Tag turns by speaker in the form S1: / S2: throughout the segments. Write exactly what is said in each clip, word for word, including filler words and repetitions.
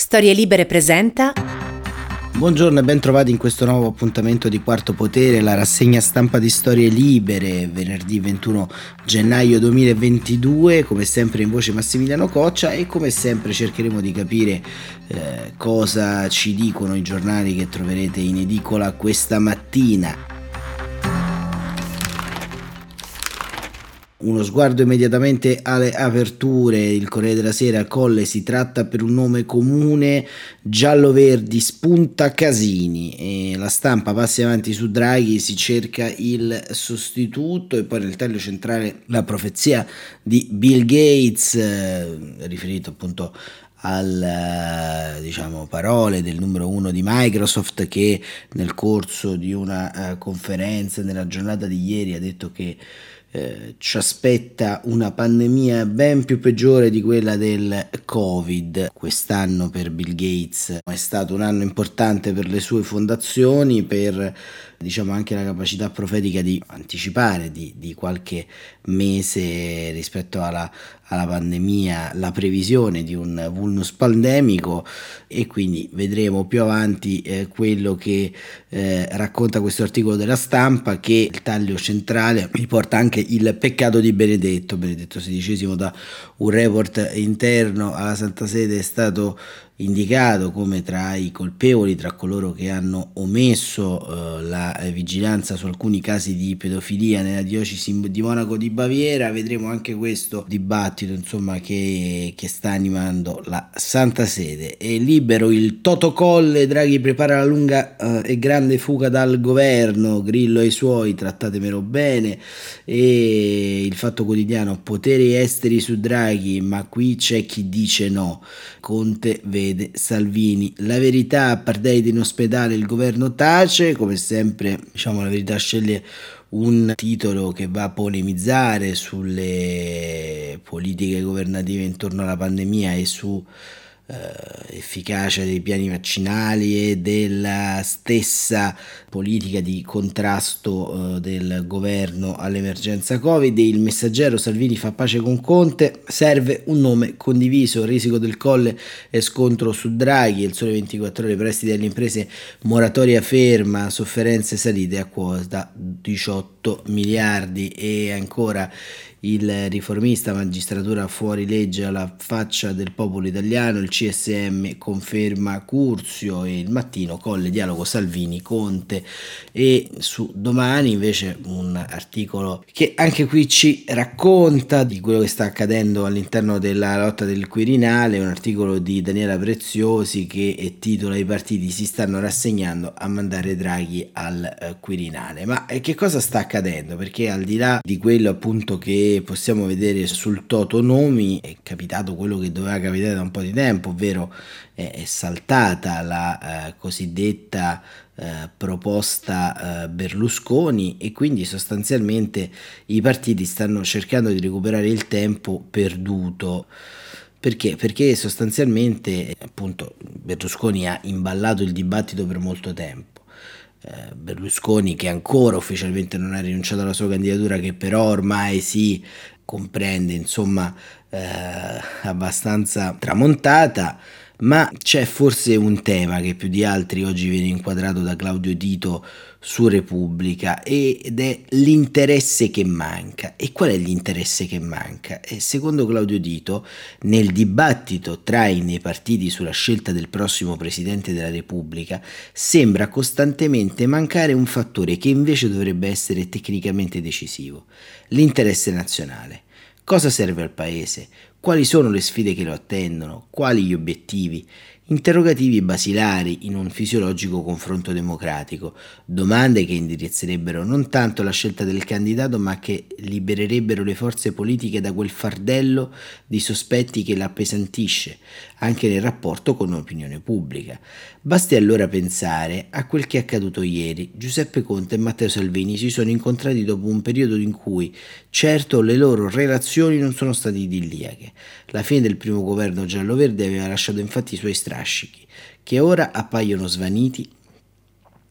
S1: Storie Libere presenta.
S2: Buongiorno e ben trovati in questo nuovo appuntamento di Quarto Potere, la rassegna stampa di Storie Libere, venerdì ventuno gennaio duemilaventidue, come sempre in voce Massimiliano Coccia, e come sempre cercheremo di capire eh, cosa ci dicono i giornali che troverete in edicola questa mattina. Uno sguardo immediatamente alle aperture. Il Corriere della Sera: Colle si tratta per un nome comune, giallo-verdi spunta Casini, e La Stampa: passi avanti su Draghi, si cerca il sostituto. E poi nel taglio centrale la profezia di Bill Gates, eh, riferito appunto al diciamo parole del numero uno di Microsoft, che nel corso di una uh, conferenza nella giornata di ieri ha detto che Eh, ci aspetta una pandemia ben più peggiore di quella del Covid. Quest'anno per Bill Gates è stato un anno importante per le sue fondazioni, per diciamo anche la capacità profetica di anticipare di, di qualche mese rispetto alla, alla pandemia la previsione di un vulnus pandemico, e quindi vedremo più avanti eh, quello che eh, racconta questo articolo della Stampa, che il taglio centrale riporta anche il peccato di Benedetto Benedetto sedicesimo. Da un report interno alla Santa Sede è stato indicato come tra i colpevoli, tra coloro che hanno omesso eh, la vigilanza su alcuni casi di pedofilia nella diocesi di Monaco di Baviera. Vedremo anche questo dibattito insomma che, che sta animando la Santa Sede. E Libero: il Totocolle, Draghi prepara la lunga eh, e grande fuga dal governo, Grillo e i suoi, trattatemelo bene. E il Fatto Quotidiano: poteri esteri su Draghi, ma qui c'è chi dice no, Conte vede Salvini. La Verità: Pardeide in ospedale, il governo tace. Come sempre diciamo La Verità sceglie un titolo che va a polemizzare sulle politiche governative intorno alla pandemia e su Uh, efficacia dei piani vaccinali e della stessa politica di contrasto uh, del governo all'emergenza Covid. Il Messaggero: Salvini fa pace con Conte, serve un nome condiviso, risico del Colle e scontro su Draghi. Il Sole ventiquattro Ore: prestiti alle imprese, moratoria ferma, sofferenze salite a quota diciotto miliardi. E ancora il Riformista: magistratura fuori legge alla faccia del popolo italiano, il C S M conferma Curzio. E il Mattino: Colle, dialogo Salvini-Conte. E su Domani invece un articolo che anche qui ci racconta di quello che sta accadendo all'interno della lotta del Quirinale, un articolo di Daniela Preziosi che titola: i partiti si stanno rassegnando a mandare Draghi al uh, Quirinale. Ma eh, che cosa sta accadendo? Perché al di là di quello appunto che possiamo vedere sul Toto Nomi, è capitato quello che doveva capitare da un po' di tempo, ovvero è, è saltata la eh, cosiddetta eh, proposta eh, Berlusconi, e quindi sostanzialmente i partiti stanno cercando di recuperare il tempo perduto. Perché? Perché sostanzialmente appunto Berlusconi ha imballato il dibattito per molto tempo. Berlusconi, che ancora ufficialmente non ha rinunciato alla sua candidatura, che però ormai si comprende insomma eh, abbastanza tramontata. Ma c'è forse un tema che più di altri oggi viene inquadrato da Claudio Tito su Repubblica, ed è l'interesse che manca. E qual è l'interesse che manca? E secondo Claudio Tito, nel dibattito tra i nei partiti sulla scelta del prossimo Presidente della Repubblica sembra costantemente mancare un fattore che invece dovrebbe essere tecnicamente decisivo: l'interesse nazionale. Cosa serve al Paese? Quali sono le sfide che lo attendono? Quali gli obiettivi? Interrogativi basilari in un fisiologico confronto democratico, domande che indirizzerebbero non tanto la scelta del candidato, ma che libererebbero le forze politiche da quel fardello di sospetti che l'appesantisce, anche nel rapporto con l'opinione pubblica. Basti allora pensare a quel che è accaduto ieri. Giuseppe Conte e Matteo Salvini si sono incontrati dopo un periodo in cui, certo, le loro relazioni non sono state idilliache. La fine del primo governo giallo-verde aveva lasciato infatti i suoi strascichi, che ora appaiono svaniti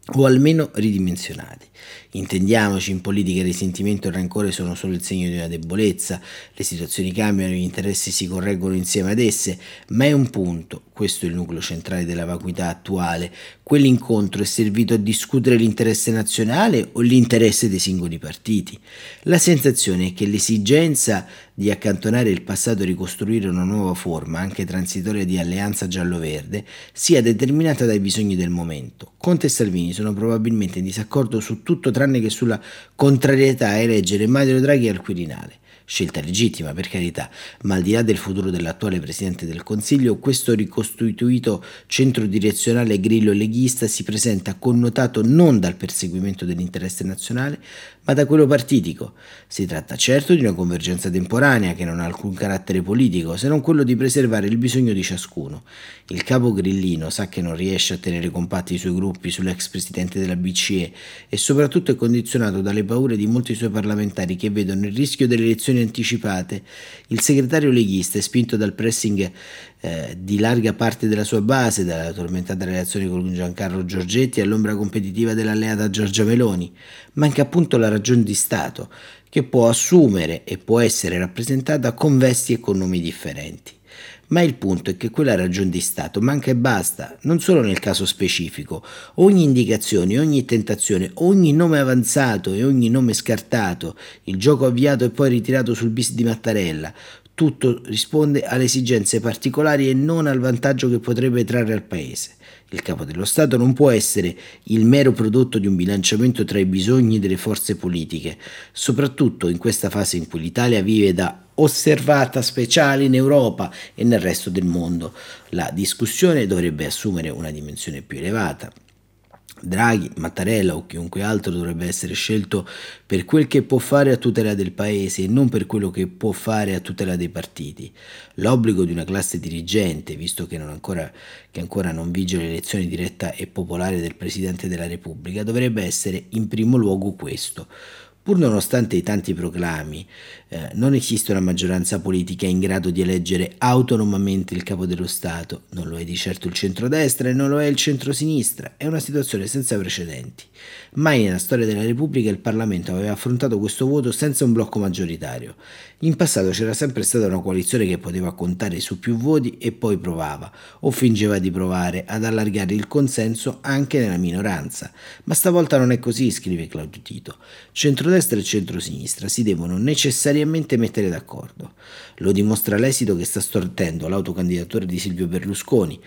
S2: o almeno ridimensionati. Intendiamoci, in politica il risentimento e il rancore sono solo il segno di una debolezza, le situazioni cambiano, gli interessi si correggono insieme ad esse, ma è un punto, questo è il nucleo centrale della vacuità attuale, quell'incontro è servito a discutere l'interesse nazionale o l'interesse dei singoli partiti? La sensazione è che l'esigenza di accantonare il passato e ricostruire una nuova forma, anche transitoria, di alleanza giallo-verde, sia determinata dai bisogni del momento. Conte e Salvini sono probabilmente in disaccordo su tutto tranne che sulla contrarietà a eleggere Mario Draghi al Quirinale. Scelta legittima, per carità, ma al di là del futuro dell'attuale Presidente del Consiglio, questo ricostituito centro direzionale grillo-leghista si presenta connotato non dal perseguimento dell'interesse nazionale, ma da quello partitico. Si tratta certo di una convergenza temporanea che non ha alcun carattere politico, se non quello di preservare il bisogno di ciascuno. Il capo grillino sa che non riesce a tenere compatti i suoi gruppi sull'ex Presidente della B C E e soprattutto è condizionato dalle paure di molti suoi parlamentari che vedono il rischio delle elezioni anticipate. Il segretario leghista è spinto dal pressing eh, di larga parte della sua base, dalla tormentata relazione con Giancarlo Giorgetti all'ombra competitiva dell'alleata Giorgia Meloni. Manca appunto la ragion di Stato, che può assumere e può essere rappresentata con vesti e con nomi differenti. Ma il punto è che quella ragion di Stato manca e basta, non solo nel caso specifico. Ogni indicazione, ogni tentazione, ogni nome avanzato e ogni nome scartato, il gioco avviato e poi ritirato sul bis di Mattarella, tutto risponde alle esigenze particolari e non al vantaggio che potrebbe trarre al Paese. Il capo dello Stato non può essere il mero prodotto di un bilanciamento tra i bisogni delle forze politiche, soprattutto in questa fase in cui l'Italia vive da osservata speciale in Europa e nel resto del mondo. La discussione dovrebbe assumere una dimensione più elevata. Draghi, Mattarella o chiunque altro dovrebbe essere scelto per quel che può fare a tutela del Paese e non per quello che può fare a tutela dei partiti. L'obbligo di una classe dirigente, visto che, non ancora, che ancora non vige l'elezione diretta e popolare del Presidente della Repubblica, dovrebbe essere in primo luogo questo. Pur nonostante i tanti proclami, eh, non esiste una maggioranza politica in grado di eleggere autonomamente il capo dello Stato, non lo è di certo il centrodestra e non lo è il centrosinistra, è una situazione senza precedenti. Mai nella storia della Repubblica il Parlamento aveva affrontato questo voto senza un blocco maggioritario. In passato c'era sempre stata una coalizione che poteva contare su più voti e poi provava, o fingeva di provare, ad allargare il consenso anche nella minoranza. Ma stavolta non è così, scrive Claudio Tito. Centrodestra e centrosinistra si devono necessariamente mettere d'accordo. Lo dimostra l'esito che sta stortendo l'autocandidatura di Silvio Berlusconi.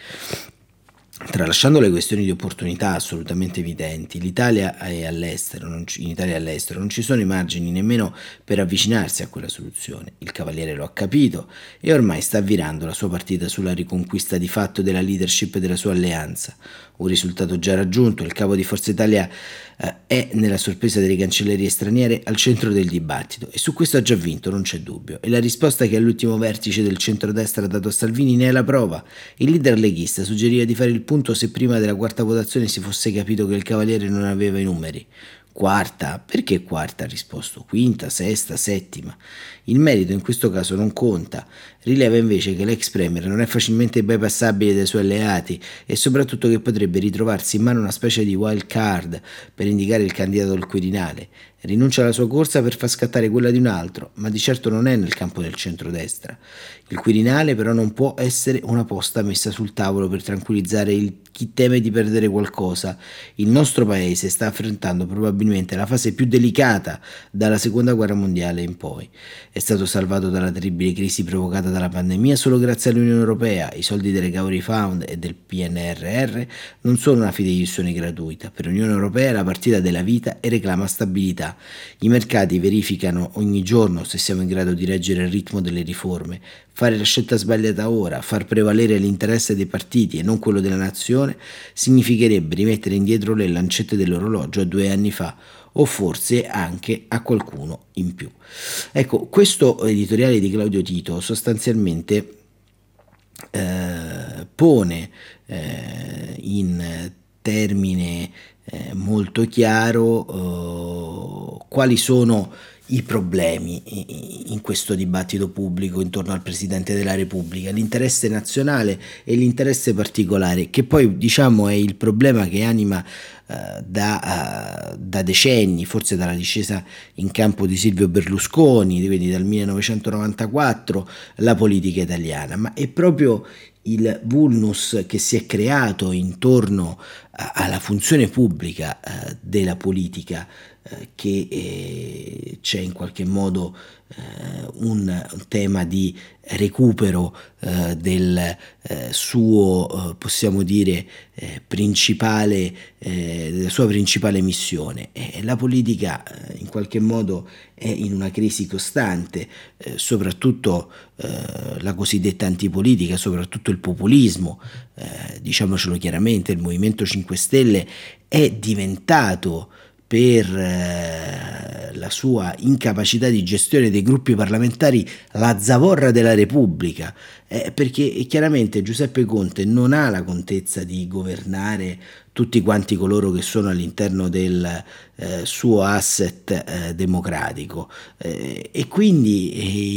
S2: Tralasciando le questioni di opportunità assolutamente evidenti, l'Italia è all'estero, non ci, in Italia e all'estero non ci sono i margini nemmeno per avvicinarsi a quella soluzione. Il Cavaliere lo ha capito e ormai sta avvirando la sua partita sulla riconquista di fatto della leadership della sua alleanza. Un risultato già raggiunto, il capo di Forza Italia eh, è, nella sorpresa delle cancellerie straniere, al centro del dibattito e su questo ha già vinto, non c'è dubbio. E la risposta che all'ultimo vertice del centrodestra ha dato a Salvini ne è la prova. Il leader leghista suggeriva di fare il punto se prima della quarta votazione si fosse capito che il Cavaliere non aveva i numeri. Quarta? Perché quarta? Ha risposto. Quinta, sesta, settima. Il merito in questo caso non conta. Rileva invece che l'ex premier non è facilmente bypassabile dai suoi alleati e soprattutto che potrebbe ritrovarsi in mano una specie di wild card per indicare il candidato al Quirinale. Rinuncia alla sua corsa per far scattare quella di un altro, ma di certo non è nel campo del centrodestra. Il Quirinale però non può essere una posta messa sul tavolo per tranquillizzare il chi teme di perdere qualcosa. Il nostro paese sta affrontando probabilmente la fase più delicata dalla seconda guerra mondiale in poi. È stato salvato dalla terribile crisi provocata dalla pandemia solo grazie all'Unione Europea. I soldi del Recovery Fund e del P N R R non sono una fideiussione gratuita. Per l'Unione Europea è la partita della vita e reclama stabilità. I mercati verificano ogni giorno se siamo in grado di reggere il ritmo delle riforme. Fare la scelta sbagliata ora, far prevalere l'interesse dei partiti e non quello della nazione, significherebbe rimettere indietro le lancette dell'orologio a due anni fa, o forse anche a qualcuno in più. Ecco, questo editoriale di Claudio Tito sostanzialmente eh, pone eh, in termine eh, molto chiaro eh, quali sono i problemi in questo dibattito pubblico intorno al Presidente della Repubblica, l'interesse nazionale e l'interesse particolare, che poi diciamo è il problema che anima uh, da, uh, da decenni, forse dalla discesa in campo di Silvio Berlusconi, quindi dal millenovecentonovantaquattro, la politica italiana, ma è proprio il vulnus che si è creato intorno a, alla funzione pubblica uh, della politica uh, che eh, c'è in qualche modo uh, un, un tema di recupero uh, del uh, suo, uh, possiamo dire, eh, principale, eh, della sua principale missione. E la politica uh, in qualche modo è in una crisi costante, eh, soprattutto eh, la cosiddetta antipolitica, soprattutto il populismo, eh, diciamocelo chiaramente, il Movimento cinque Stelle è diventato, per eh, la sua incapacità di gestione dei gruppi parlamentari, la zavorra della Repubblica, eh, perché chiaramente Giuseppe Conte non ha la contezza di governare tutti quanti coloro che sono all'interno del eh, suo asset eh, democratico, eh, e quindi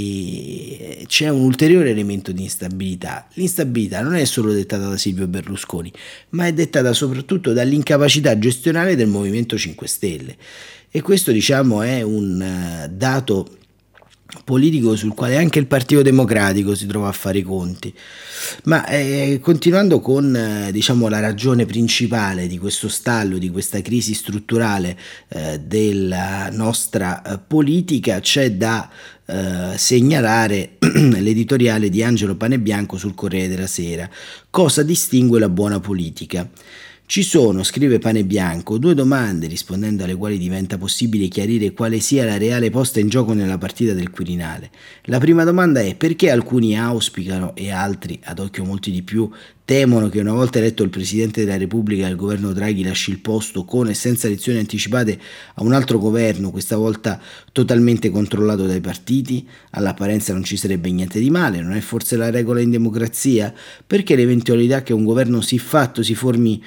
S2: eh, c'è un ulteriore elemento di instabilità. L'instabilità non è solo dettata da Silvio Berlusconi, ma è dettata soprattutto dall'incapacità gestionale del Movimento cinque Stelle, e questo diciamo è un uh, dato politico sul quale anche il Partito Democratico si trova a fare i conti. Ma eh, continuando con eh, diciamo la ragione principale di questo stallo, di questa crisi strutturale eh, della nostra eh, politica, c'è da eh, segnalare l'editoriale di Angelo Panebianco sul Corriere della Sera. Cosa distingue la buona politica? Ci sono, scrive Panebianco, due domande rispondendo alle quali diventa possibile chiarire quale sia la reale posta in gioco nella partita del Quirinale. La prima domanda è: perché alcuni auspicano e altri, ad occhio molti di più, temono che una volta eletto il Presidente della Repubblica il governo Draghi lasci il posto con e senza elezioni anticipate a un altro governo, questa volta totalmente controllato dai partiti? All'apparenza non ci sarebbe niente di male, non è forse la regola in democrazia? Perché l'eventualità che un governo siffatto si formi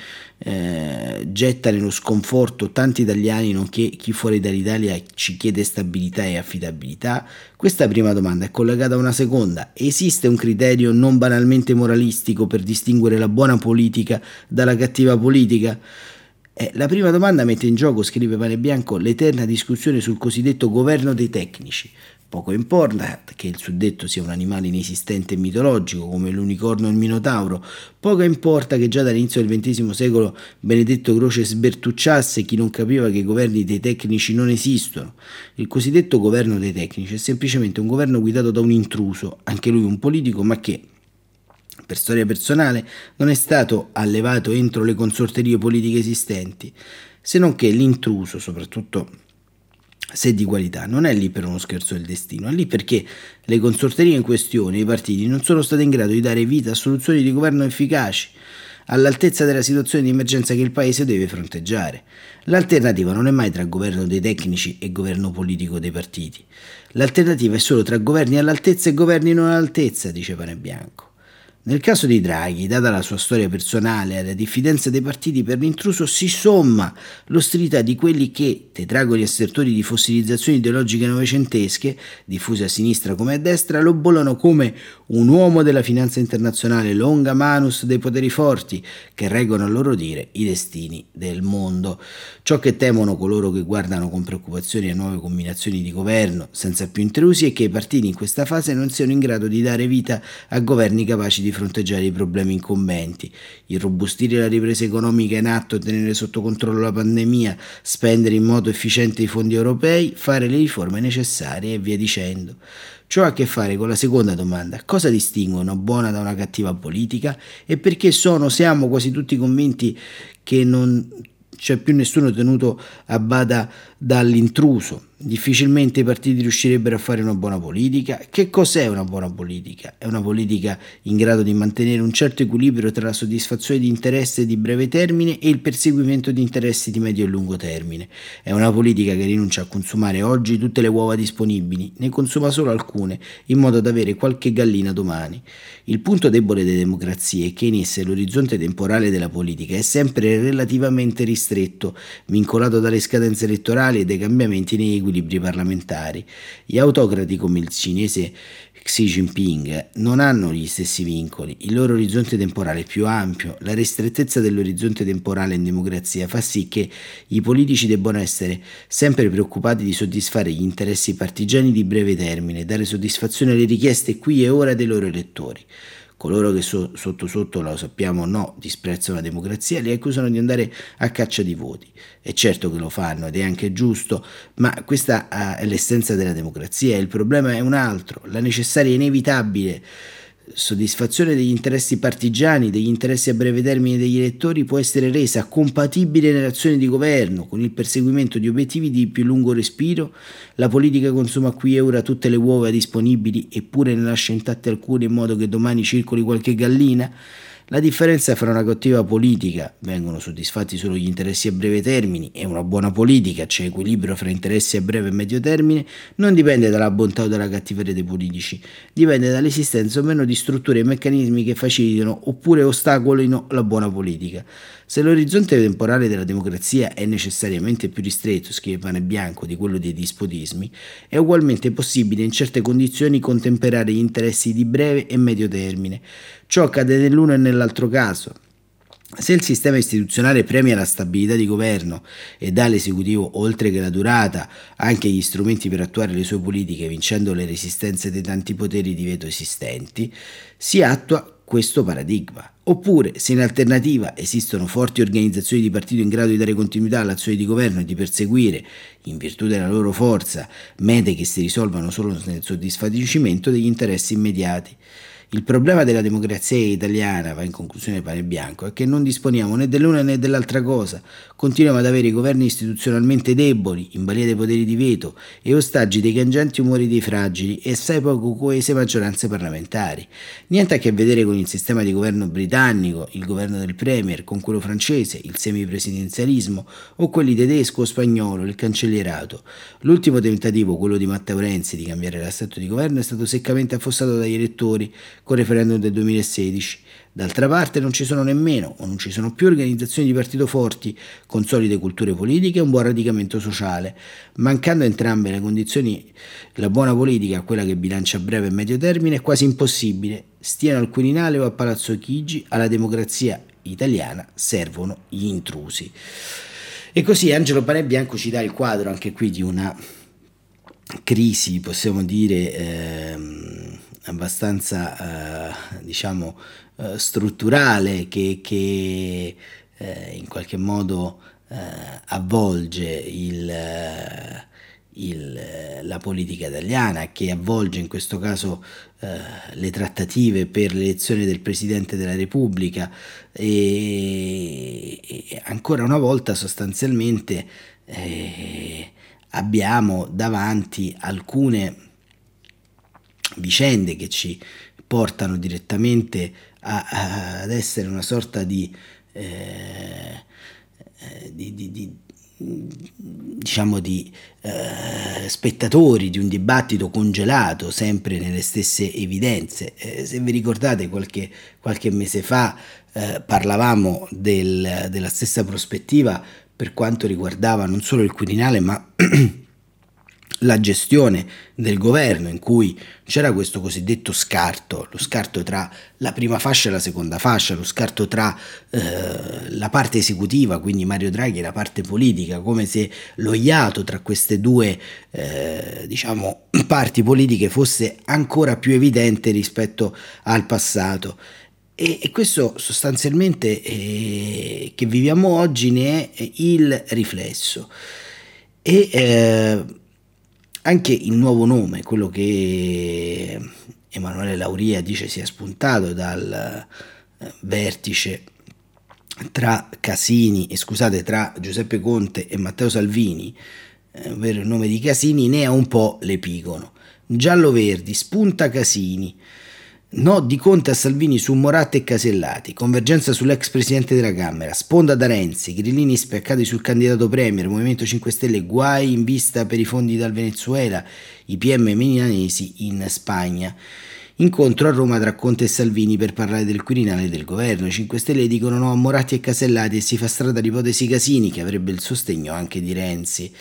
S2: eh, getta nello sconforto tanti italiani, nonché chi fuori dall'Italia ci chiede stabilità e affidabilità? Questa prima domanda è collegata a una seconda: esiste un criterio non banalmente moralistico per distinguere la buona politica dalla cattiva politica? Eh, la prima domanda mette in gioco, scrive Panebianco, l'eterna discussione sul cosiddetto governo dei tecnici. Poco importa che il suddetto sia un animale inesistente e mitologico come l'unicorno o il minotauro, poco importa che già dall'inizio del ventesimo secolo Benedetto Croce sbertucciasse chi non capiva che i governi dei tecnici non esistono. Il cosiddetto governo dei tecnici è semplicemente un governo guidato da un intruso, anche lui un politico, ma che, per storia personale, non è stato allevato entro le consorterie politiche esistenti, se non che l'intruso, soprattutto se di qualità, non è lì per uno scherzo del destino, è lì perché le consorterie in questione, i partiti, non sono state in grado di dare vita a soluzioni di governo efficaci, all'altezza della situazione di emergenza che il Paese deve fronteggiare. L'alternativa non è mai tra governo dei tecnici e governo politico dei partiti. L'alternativa è solo tra governi all'altezza e governi non all'altezza, dice Panebianco. Nel caso di Draghi, data la sua storia personale e la diffidenza dei partiti per l'intruso, si somma l'ostilità di quelli che, tetragoni assertori di fossilizzazioni ideologiche novecentesche, diffuse a sinistra come a destra, lo bollano come un uomo della finanza internazionale, longa manus dei poteri forti, che reggono a loro dire i destini del mondo. Ciò che temono coloro che guardano con preoccupazione a nuove combinazioni di governo, senza più intrusi, è che i partiti in questa fase non siano in grado di dare vita a governi capaci di fronteggiare i problemi incombenti, irrobustire la ripresa economica in atto, tenere sotto controllo la pandemia, spendere in modo efficiente i fondi europei, fare le riforme necessarie e via dicendo. Ciò ha a che fare con la seconda domanda: cosa distingue una buona da una cattiva politica e perché sono, siamo quasi tutti convinti che non c'è più nessuno tenuto a bada dall'intruso. Difficilmente i partiti riuscirebbero a fare una buona politica. Che cos'è una buona politica? È una politica in grado di mantenere un certo equilibrio tra la soddisfazione di interessi di breve termine e il perseguimento di interessi di medio e lungo termine. È una politica che rinuncia a consumare oggi tutte le uova disponibili, ne consuma solo alcune, in modo da avere qualche gallina domani. Il punto debole delle democrazie è che in esse l'orizzonte temporale della politica è sempre relativamente ristretto, vincolato dalle scadenze elettorali, istituzionali e dei cambiamenti negli equilibri parlamentari. Gli autocrati come il cinese Xi Jinping non hanno gli stessi vincoli, il loro orizzonte temporale è più ampio, la ristrettezza dell'orizzonte temporale in democrazia fa sì che i politici debbano essere sempre preoccupati di soddisfare gli interessi partigiani di breve termine, dare soddisfazione alle richieste qui e ora dei loro elettori. Coloro che so, sotto sotto, lo sappiamo, no, disprezzano la democrazia, li accusano di andare a caccia di voti. È certo che lo fanno ed è anche giusto, ma questa uh, è l'essenza della democrazia. Il problema è un altro, la necessaria e inevitabile soddisfazione degli interessi partigiani, degli interessi a breve termine degli elettori può essere resa compatibile nell'azione di governo con il perseguimento di obiettivi di più lungo respiro. La politica consuma qui e ora tutte le uova disponibili eppure ne lascia intatte alcune in modo che domani circoli qualche gallina. La differenza fra una cattiva politica, vengono soddisfatti solo gli interessi a breve termine, e una buona politica, c'è equilibrio fra interessi a breve e medio termine, non dipende dalla bontà o dalla cattiveria dei politici, dipende dall'esistenza o meno di strutture e meccanismi che facilitino oppure ostacolino la buona politica. Se l'orizzonte temporale della democrazia è necessariamente più ristretto, scrive Panebianco, di quello dei dispotismi, è ugualmente possibile in certe condizioni contemperare gli interessi di breve e medio termine. Ciò accade nell'uno e nell'altro caso. Se il sistema istituzionale premia la stabilità di governo e dà all'esecutivo, oltre che la durata, anche gli strumenti per attuare le sue politiche, vincendo le resistenze dei tanti poteri di veto esistenti, si attua questo paradigma. Oppure, se in alternativa esistono forti organizzazioni di partito in grado di dare continuità all'azione di governo e di perseguire, in virtù della loro forza, mete che si risolvano solo nel soddisfacimento degli interessi immediati. Il problema della democrazia italiana, va in conclusione Panebianco, è che non disponiamo né dell'una né dell'altra cosa. Continuiamo ad avere governi istituzionalmente deboli, in balia dei poteri di veto e ostaggi dei cangianti umori dei fragili e assai poco coese maggioranze parlamentari. Niente a che vedere con il sistema di governo britannico, il governo del premier, con quello francese, il semipresidenzialismo, o quelli tedesco o spagnolo, il cancellierato. L'ultimo tentativo, quello di Matteo Renzi, di cambiare l'assetto di governo è stato seccamente affossato dagli elettori con il referendum del duemilasedici. D'altra parte non ci sono nemmeno o non ci sono più organizzazioni di partito forti, con solide culture politiche e un buon radicamento sociale. Mancando entrambe le condizioni, la buona politica, quella che bilancia a breve e medio termine, è quasi impossibile. Stiano al Quirinale o a Palazzo Chigi, alla democrazia italiana servono gli intrusi. E così Angelo Panebianco ci dà il quadro anche qui di una crisi, possiamo dire, ehm, abbastanza eh, diciamo eh, strutturale che, che eh, in qualche modo eh, avvolge il, il, la politica italiana, che avvolge in questo caso eh, le trattative per l'elezione del Presidente della Repubblica e, e ancora una volta sostanzialmente eh, abbiamo davanti alcune vicende che ci portano direttamente a, a, ad essere una sorta di, eh, di, di, di diciamo di eh, spettatori di un dibattito congelato sempre nelle stesse evidenze. Eh, se vi ricordate, qualche, qualche mese fa eh, parlavamo del, della stessa prospettiva per quanto riguardava non solo il Quirinale ma la gestione del governo, in cui c'era questo cosiddetto scarto, lo scarto tra la prima fascia e la seconda fascia, lo scarto tra eh, la parte esecutiva, quindi Mario Draghi, e la parte politica, come se lo iato tra queste due eh, diciamo parti politiche fosse ancora più evidente rispetto al passato. E, e questo sostanzialmente eh, che viviamo oggi ne è il riflesso. E eh, anche il nuovo nome, quello che Emanuele Lauria dice sia spuntato dal eh, vertice tra Casini, e scusate, tra Giuseppe Conte e Matteo Salvini, eh, ovvero il nome di Casini, ne è un po' l'epigono. Giallo-Verdi, spunta Casini. No di Conte a Salvini su Moratti e Casellati, convergenza sull'ex presidente della Camera, sponda da Renzi, grillini spiaccati sul candidato premier, Movimento cinque Stelle, guai in vista per i fondi dal Venezuela, i P M milanesi in Spagna. Incontro a Roma tra Conte e Salvini per parlare del Quirinale del governo. I cinque Stelle dicono no a Moratti e Casellati e si fa strada l'ipotesi Casini, che avrebbe il sostegno anche di Renzi.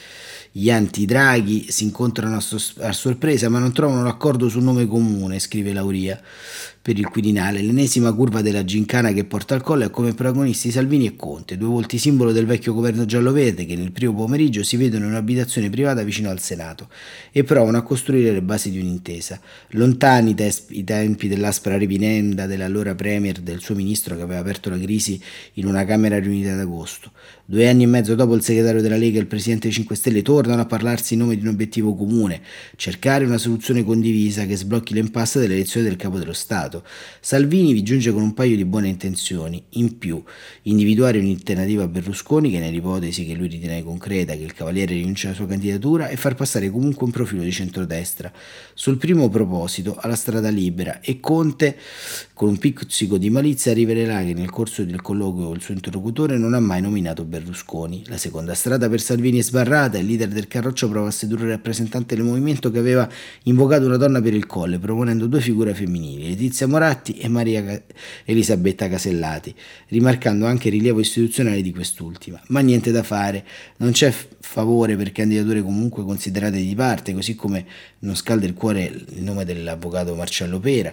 S2: Gli anti-Draghi si incontrano a, sos- a sorpresa ma non trovano l'accordo sul nome comune, scrive Lauria per il Quirinale. L'ennesima curva della gincana che porta al collo è come protagonisti Salvini e Conte, due volti simbolo del vecchio governo giallo-verde che nel primo pomeriggio si vedono in un'abitazione privata vicino al Senato e provano a costruire le basi di un'intesa. Lontani tes- i tempi dell'aspra ripinenda dell'allora premier, del suo ministro che aveva aperto la crisi in una Camera riunita ad agosto. Due anni e mezzo dopo il segretario della Lega e il presidente cinque Stelle tornano a parlarsi in nome di un obiettivo comune, cercare una soluzione condivisa che sblocchi l'impasse delle elezioni del Capo dello Stato. Salvini vi giunge con un paio di buone intenzioni, in più individuare un'alternativa a Berlusconi che nell'ipotesi che lui ritiene concreta che il Cavaliere rinunci alla sua candidatura e far passare comunque un profilo di centrodestra. Sul primo proposito alla strada libera e Conte con un pizzico di malizia rivelerà che nel corso del colloquio il suo interlocutore non ha mai nominato Berlusconi. La seconda strada per Salvini è sbarrata, il leader del Carroccio prova a sedurre il rappresentante del movimento che aveva invocato una donna per il Colle, proponendo due figure femminili, Letizia Moratti e Maria Elisabetta Casellati, rimarcando anche il rilievo istituzionale di quest'ultima. Ma niente da fare, non c'è favore per candidature comunque considerate di parte, così come non scalda il cuore il nome dell'avvocato Marcello Pera.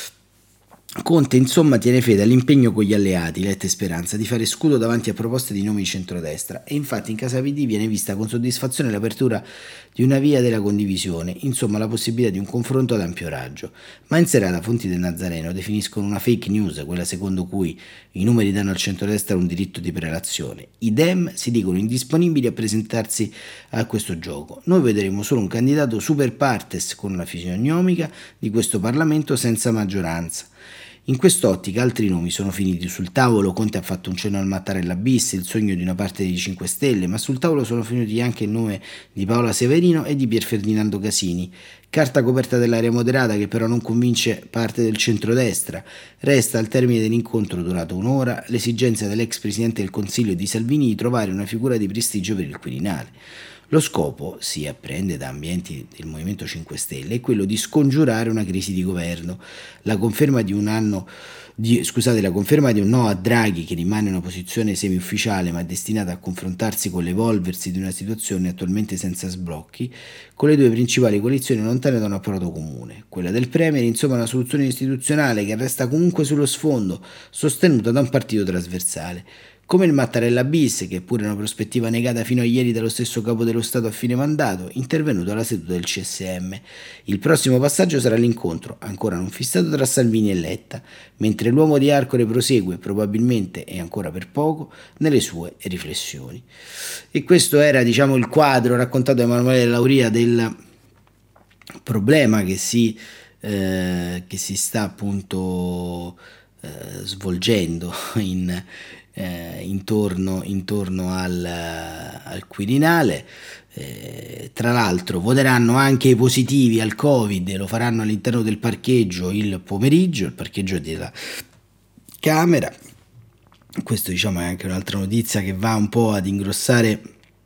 S2: Conte insomma tiene fede all'impegno con gli alleati, Letta e Speranza, di fare scudo davanti a proposte di nomi di centrodestra e infatti in casa P D viene vista con soddisfazione l'apertura di una via della condivisione, insomma la possibilità di un confronto ad ampio raggio. Ma in serata fonti del Nazareno definiscono una fake news, quella secondo cui i numeri danno al centrodestra un diritto di prelazione. I Dem si dicono indisponibili a presentarsi a questo gioco. Noi vedremo solo un candidato super partes con una fisionomica di questo Parlamento senza maggioranza. In quest'ottica altri nomi sono finiti sul tavolo. Conte ha fatto un cenno al Mattarella bis, il sogno di una parte dei cinque Stelle, ma sul tavolo sono finiti anche il nome di Paola Severino e di Pier Ferdinando Casini, carta coperta dell'area moderata che però non convince parte del centrodestra. Resta al termine dell'incontro durato un'ora l'esigenza dell'ex Presidente del Consiglio e di Salvini di trovare una figura di prestigio per il Quirinale. Lo scopo, si apprende da ambienti del Movimento cinque Stelle, è quello di scongiurare una crisi di governo. La conferma di un anno di, scusate, la conferma di un no a Draghi, che rimane in una posizione semi-ufficiale ma destinata a confrontarsi con l'evolversi di una situazione attualmente senza sblocchi, con le due principali coalizioni lontane da un approdo comune. Quella del Premier, insomma, è una soluzione istituzionale che resta comunque sullo sfondo, sostenuta da un partito trasversale. Come il Mattarella bis, che pure una prospettiva negata fino a ieri dallo stesso Capo dello Stato a fine mandato, intervenuto alla seduta del C S M. Il prossimo passaggio sarà l'incontro, ancora non fissato, tra Salvini e Letta, mentre l'uomo di Arcore prosegue, probabilmente e ancora per poco, nelle sue riflessioni. E questo era, diciamo, il quadro raccontato da Emanuele Lauria del problema che si, eh, che si sta appunto eh, svolgendo in Eh, intorno, intorno al, al Quirinale. Eh, tra l'altro voteranno anche i positivi al Covid, lo faranno all'interno del parcheggio il pomeriggio, il parcheggio della Camera. Questo, diciamo, è anche un'altra notizia che va un po' ad ingrossare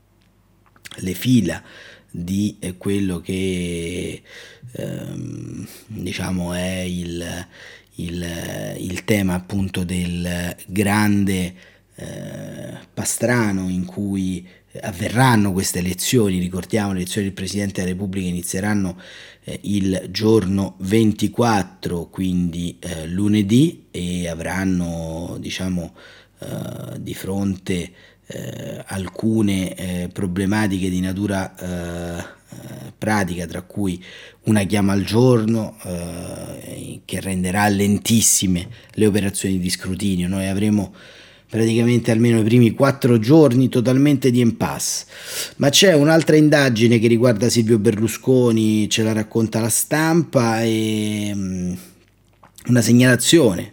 S2: le fila di eh, quello che ehm, diciamo è il Il, il tema appunto del grande eh, pastrano in cui avverranno queste elezioni. Ricordiamo, le elezioni del Presidente della Repubblica inizieranno eh, il giorno ventiquattro, quindi eh, lunedì, e avranno, diciamo, eh, di fronte eh, alcune eh, problematiche di natura eh, pratica, tra cui una chiama al giorno eh, che renderà lentissime le operazioni di scrutinio. Noi avremo praticamente almeno i primi quattro giorni totalmente di impasse. Ma c'è un'altra indagine che riguarda Silvio Berlusconi, ce la racconta La Stampa, e um, una segnalazione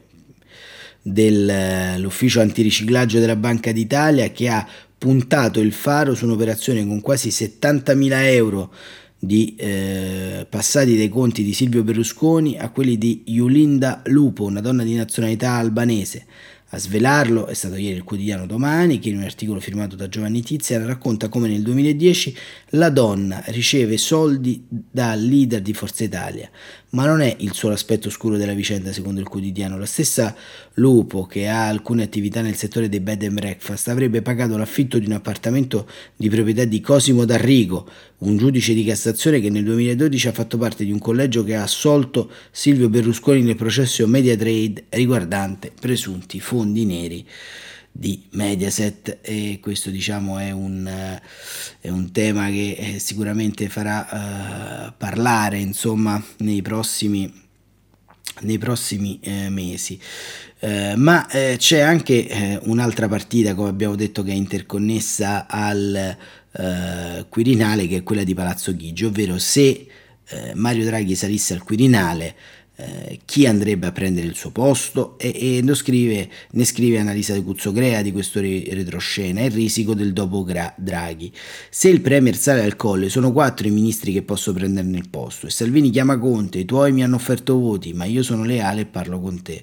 S2: dell'ufficio antiriciclaggio della Banca d'Italia, che ha puntato il faro su un'operazione con quasi settantamila euro di eh, passati dai conti di Silvio Berlusconi a quelli di Yulinda Lupo, una donna di nazionalità albanese, A svelarlo è stato ieri il quotidiano Domani, che in un articolo firmato da Giovanni Tiziana racconta come nel duemiladieci la donna riceve soldi dal leader di Forza Italia. Ma non è il solo aspetto oscuro della vicenda, secondo il quotidiano. La stessa Lupo, che ha alcune attività nel settore dei bed and breakfast, avrebbe pagato l'affitto di un appartamento di proprietà di Cosimo D'Arrigo, un giudice di Cassazione che nel duemiladodici ha fatto parte di un collegio che ha assolto Silvio Berlusconi nel processo Mediatrade riguardante presunti fondi neri di Mediaset. E questo, diciamo, è un, è un tema che sicuramente farà uh, parlare, insomma, nei prossimi, nei prossimi eh, mesi. Eh, ma eh, c'è anche eh, un'altra partita, come abbiamo detto, che è interconnessa al eh, Quirinale, che è quella di Palazzo Chigi, ovvero se eh, Mario Draghi salisse al Quirinale, Eh, chi andrebbe a prendere il suo posto, e, e lo scrive, ne scrive Annalisa De Cuzzocrea di questo retroscena: il risico del dopo gra- Draghi. Se il premier sale al colle, sono quattro i ministri che posso prenderne il posto, e Salvini chiama Conte: i tuoi mi hanno offerto voti, ma io sono leale e parlo con te.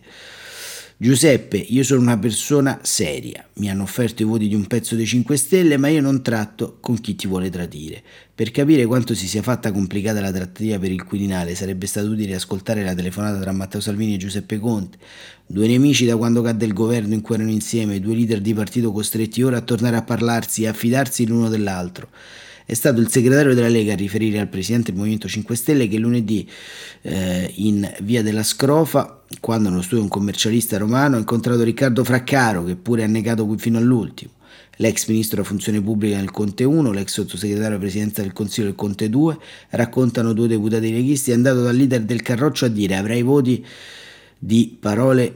S2: Giuseppe: io sono una persona seria, mi hanno offerto i voti di un pezzo dei cinque Stelle, ma io non tratto con chi ti vuole tradire. Per capire quanto si sia fatta complicata la trattativa per il Quirinale sarebbe stato utile ascoltare la telefonata tra Matteo Salvini e Giuseppe Conte, due nemici da quando cadde il governo in cui erano insieme, due leader di partito costretti ora a tornare a parlarsi e a fidarsi l'uno dell'altro. È stato il segretario della Lega a riferire al presidente del Movimento cinque Stelle che lunedì eh, in via della Scrofa, quando nello studio un commercialista romano, ha incontrato Riccardo Fraccaro, che pure ha negato qui fino all'ultimo. L'ex ministro della funzione pubblica nel Conte uno, l'ex sottosegretario alla presidenza del Consiglio del Conte due, raccontano due deputati leghisti, è andato dal leader del Carroccio a dire: avrai voti di parole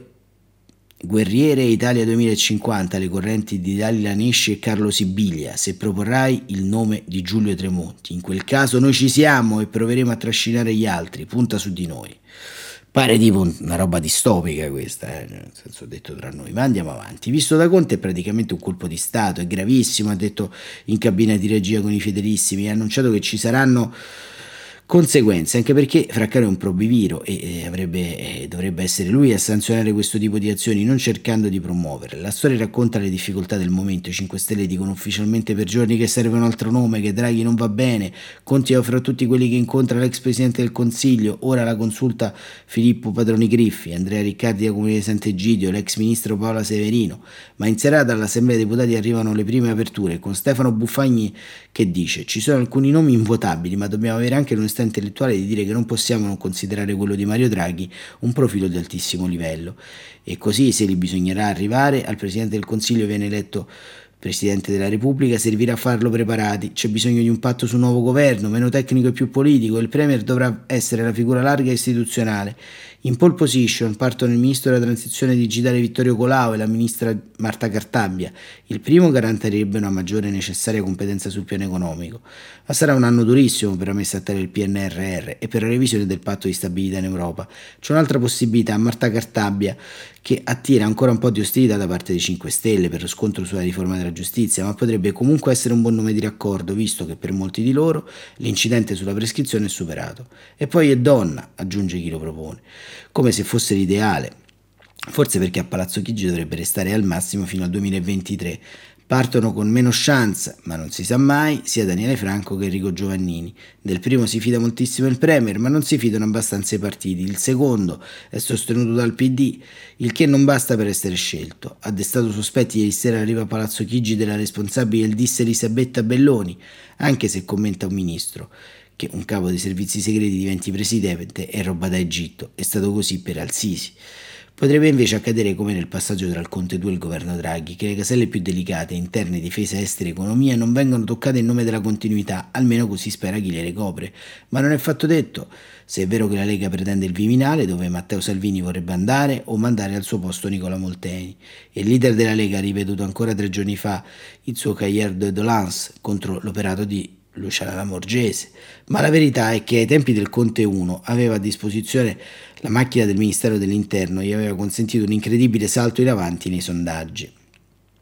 S2: guerriere Italia duemilacinquanta, le correnti di Dalila Nesci e Carlo Sibilia, se proporrai il nome di Giulio Tremonti. In quel caso noi ci siamo e proveremo a trascinare gli altri, punta su di noi. Pare tipo una roba distopica questa, eh? Nel senso, detto tra noi, ma andiamo avanti. Visto da Conte è praticamente un colpo di stato, è gravissimo, ha detto in cabina di regia con i fedelissimi, ha annunciato che ci saranno conseguenze, anche perché Fraccaro è un probiviro e eh, avrebbe, eh, dovrebbe essere lui a sanzionare questo tipo di azioni, non cercando di promuoverle. La storia racconta le difficoltà del momento. I cinque Stelle dicono ufficialmente per giorni che serve un altro nome, che Draghi non va bene. Conti offre a tutti quelli che incontra l'ex Presidente del Consiglio, ora la consulta Filippo Padroni Griffi, Andrea Riccardi da Comune di Sant'Egidio, l'ex ministro Paola Severino, ma in serata all'Assemblea dei Deputati arrivano le prime aperture, con Stefano Buffagni che dice: ci sono alcuni nomi invotabili, ma dobbiamo avere anche l'onestà intellettuale di dire che non possiamo non considerare quello di Mario Draghi un profilo di altissimo livello. E così, se gli bisognerà arrivare al Presidente del Consiglio, viene eletto Presidente della Repubblica, servirà a farlo preparati. C'è bisogno di un patto su un nuovo governo, meno tecnico e più politico. Il Premier dovrà essere la figura larga e istituzionale. In pole position partono il ministro della transizione digitale Vittorio Colao e la ministra Marta Cartabia. Il primo garantirebbe una maggiore necessaria competenza sul piano economico, ma sarà un anno durissimo per la messa a terra del P N R R e per la revisione del patto di stabilità in Europa. C'è un'altra possibilità: Marta Cartabia, che attira ancora un po' di ostilità da parte dei cinque Stelle per lo scontro sulla riforma della giustizia, ma potrebbe comunque essere un buon nome di raccordo, visto che per molti di loro l'incidente sulla prescrizione è superato. E poi è donna, aggiunge chi lo propone, come se fosse l'ideale, forse perché a Palazzo Chigi dovrebbe restare al massimo fino al duemilaventitré. Partono con meno chance, ma non si sa mai, sia Daniele Franco che Enrico Giovannini. Del primo si fida moltissimo il Premier, ma non si fidano abbastanza i partiti. Il secondo è sostenuto dal P D, il che non basta per essere scelto. Ha destato sospetti ieri sera l'arrivo a Palazzo Chigi della responsabile del D I S Elisabetta Belloni, anche se, commenta un ministro, che un capo dei servizi segreti diventi presidente è roba da Egitto. È stato così per Al-Sisi. Potrebbe invece accadere come nel passaggio tra il Conte due e il governo Draghi, che le caselle più delicate, interne, difesa, esteri, economia, non vengano toccate in nome della continuità, almeno così spera chi le ricopre. Ma non è affatto detto, se è vero che la Lega pretende il Viminale, dove Matteo Salvini vorrebbe andare, o mandare al suo posto Nicola Molteni. Il leader della Lega ha ripetuto ancora tre giorni fa il suo cahier de doléances contro l'operato di Luciana Lamorgese, ma la verità è che ai tempi del Conte uno aveva a disposizione la macchina del Ministero dell'Interno e gli aveva consentito un incredibile salto in avanti nei sondaggi.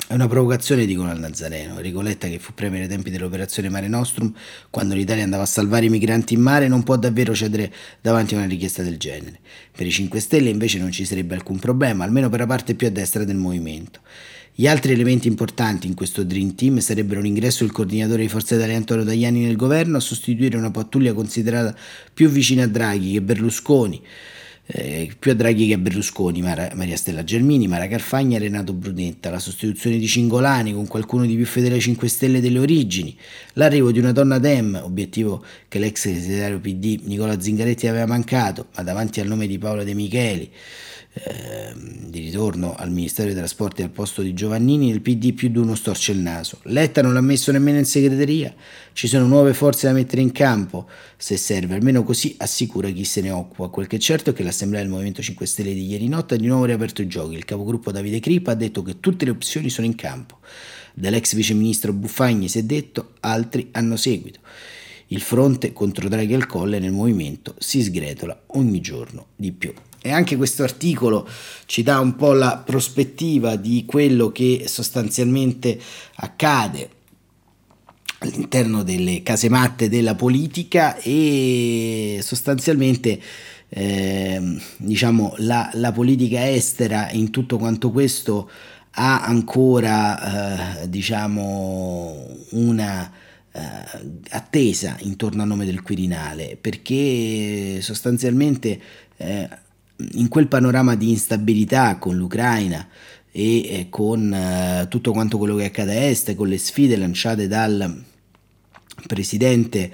S2: È una provocazione, dicono al Nazareno. Enrico Letta, che fu premier ai tempi dell'operazione Mare Nostrum, quando l'Italia andava a salvare i migranti in mare, non può davvero cedere davanti a una richiesta del genere. Per i cinque Stelle invece non ci sarebbe alcun problema, almeno per la parte più a destra del movimento. Gli altri elementi importanti in questo Dream Team sarebbero l'ingresso del coordinatore di Forza Italia Antonio Tajani nel governo, a sostituire una pattuglia considerata più vicina a Draghi che Berlusconi, Eh, più a Draghi che a Berlusconi, Mara, Maria Stella Gelmini, Mara Carfagna e Renato Brunetta, la sostituzione di Cingolani con qualcuno di più fedele ai cinque Stelle delle origini, l'arrivo di una donna Dem, obiettivo che l'ex segretario P D Nicola Zingaretti aveva mancato, ma davanti al nome di Paola De Micheli, eh, di ritorno al Ministero dei Trasporti al posto di Giovannini, il P D più di uno storce il naso. Letta non l'ha messo nemmeno in segreteria, ci sono nuove forze da mettere in campo, se serve, almeno così assicura chi se ne occupa. Quel che è certo è che l'assemblea del Movimento cinque Stelle di ieri notte ha di nuovo riaperto i giochi. Il capogruppo Davide Crippa ha detto che tutte le opzioni sono in campo. Dall'ex viceministro Buffagni si è detto, altri hanno seguito. Il fronte contro Draghi al Colle nel movimento si sgretola ogni giorno di più. E anche questo articolo ci dà un po' la prospettiva di quello che sostanzialmente accade all'interno delle casematte della politica e sostanzialmente eh, diciamo la, la politica estera in tutto quanto questo ha ancora eh, diciamo una eh, attesa intorno al nome del Quirinale, perché sostanzialmente eh, in quel panorama di instabilità con l'Ucraina e eh, con eh, tutto quanto quello che accade a est, con le sfide lanciate dal presidente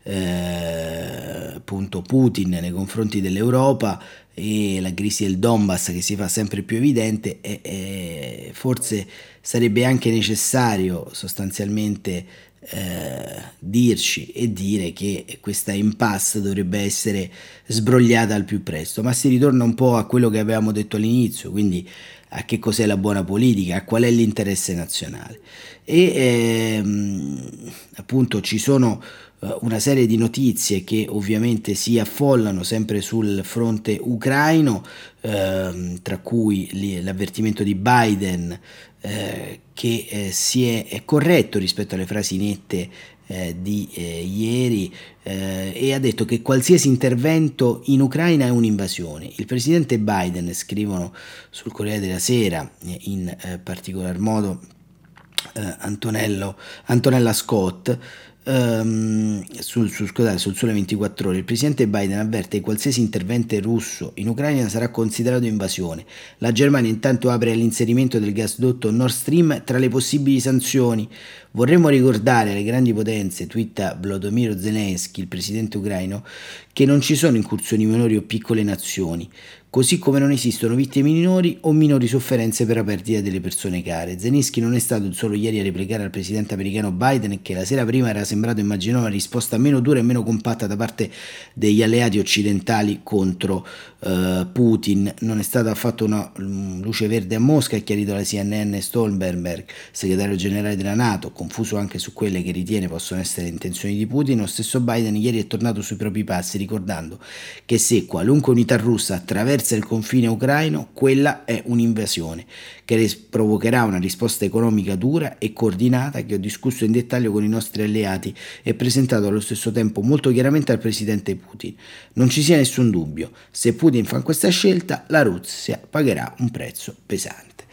S2: eh, appunto Putin nei confronti dell'Europa e la crisi del Donbass che si fa sempre più evidente, e, e forse sarebbe anche necessario sostanzialmente eh, dirci e dire che questa impasse dovrebbe essere sbrogliata al più presto, ma si ritorna un po' a quello che avevamo detto all'inizio, quindi a che cos'è la buona politica, a qual è l'interesse nazionale. E ehm, appunto ci sono eh, una serie di notizie che ovviamente si affollano sempre sul fronte ucraino, ehm, tra cui l'avvertimento di Biden eh, che eh, si è, è corretto rispetto alle frasi nette eh, di eh, ieri eh, e ha detto che qualsiasi intervento in Ucraina è un'invasione. Il presidente Biden, scrivono sul Corriere della Sera, eh, in eh, particolar modo eh, Antonello, Antonella Scott, Um, sul, sul, scusate, sul Sole ventiquattro Ore, il presidente Biden avverte che qualsiasi intervento russo in Ucraina sarà considerato invasione. La Germania intanto apre all'inserimento del gasdotto Nord Stream tra le possibili sanzioni. Vorremmo ricordare alle grandi potenze, twitta Volodymyr Zelensky, il presidente ucraino, che non ci sono incursioni minori o piccole nazioni, così come non esistono vittime minori o minori sofferenze per la perdita delle persone care. Zelensky non è stato solo ieri a replicare al presidente americano Biden, che la sera prima era sembrato immaginare una risposta meno dura e meno compatta da parte degli alleati occidentali contro uh, Putin. Non è stata affatto una um, luce verde a Mosca, ha chiarito la C N N Stoltenberg, segretario generale della NATO, confuso anche su quelle che ritiene possono essere le intenzioni di Putin. Lo stesso Biden ieri è tornato sui propri passi, ricordando che se qualunque unità russa attraversa il confine ucraino, quella è un'invasione che provocherà una risposta economica dura e coordinata che ho discusso in dettaglio con i nostri alleati e presentato allo stesso tempo molto chiaramente al presidente Putin. Non ci sia nessun dubbio, se Putin fa questa scelta, la Russia pagherà un prezzo pesante.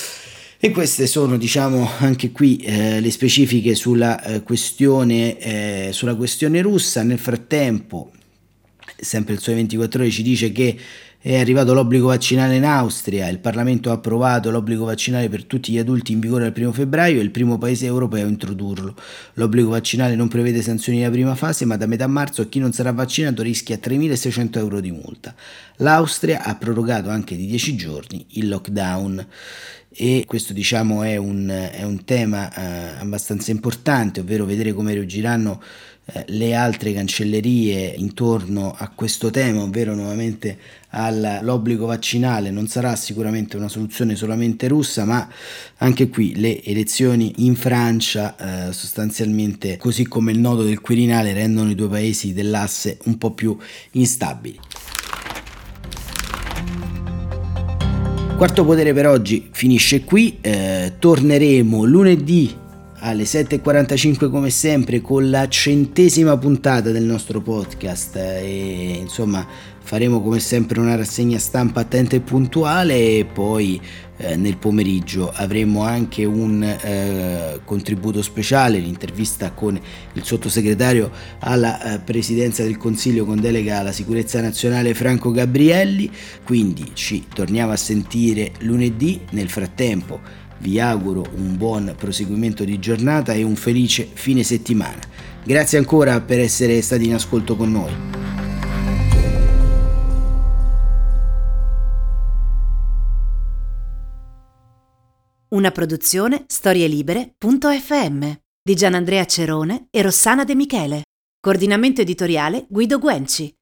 S2: E queste sono, diciamo, anche qui eh, le specifiche sulla eh, questione eh, sulla questione russa. Nel frattempo, sempre il Sole ventiquattro Ore ci dice che è arrivato l'obbligo vaccinale in Austria, il Parlamento ha approvato l'obbligo vaccinale per tutti gli adulti in vigore dal primo febbraio, è il primo paese europeo a introdurlo. L'obbligo vaccinale non prevede sanzioni nella prima fase, ma da metà marzo chi non sarà vaccinato rischia tremilaseicento euro di multa. L'Austria ha prorogato anche di dieci giorni il lockdown. E questo, diciamo, è un, è un tema eh, abbastanza importante, ovvero vedere come reagiranno eh, le altre cancellerie intorno a questo tema, ovvero nuovamente all'obbligo vaccinale. Non sarà sicuramente una soluzione solamente russa, ma anche qui le elezioni in Francia eh, sostanzialmente, così come il nodo del Quirinale, rendono i due paesi dell'asse un po' più instabili. Quarto Potere per oggi finisce qui, eh, torneremo lunedì alle sette e quarantacinque come sempre con la centesima puntata del nostro podcast e insomma faremo come sempre una rassegna stampa attenta e puntuale e poi eh, nel pomeriggio avremo anche un eh, contributo speciale, l'intervista con il sottosegretario alla eh, presidenza del Consiglio con delega alla sicurezza nazionale Franco Gabrielli, quindi ci torniamo a sentire lunedì. Nel frattempo vi auguro un buon proseguimento di giornata e un felice fine settimana. Grazie ancora per essere stati in ascolto con noi.
S1: Una produzione storielibere punto effe emme di Gianandrea Cerone e Rossana De Michele. Coordinamento editoriale Guido Guenci.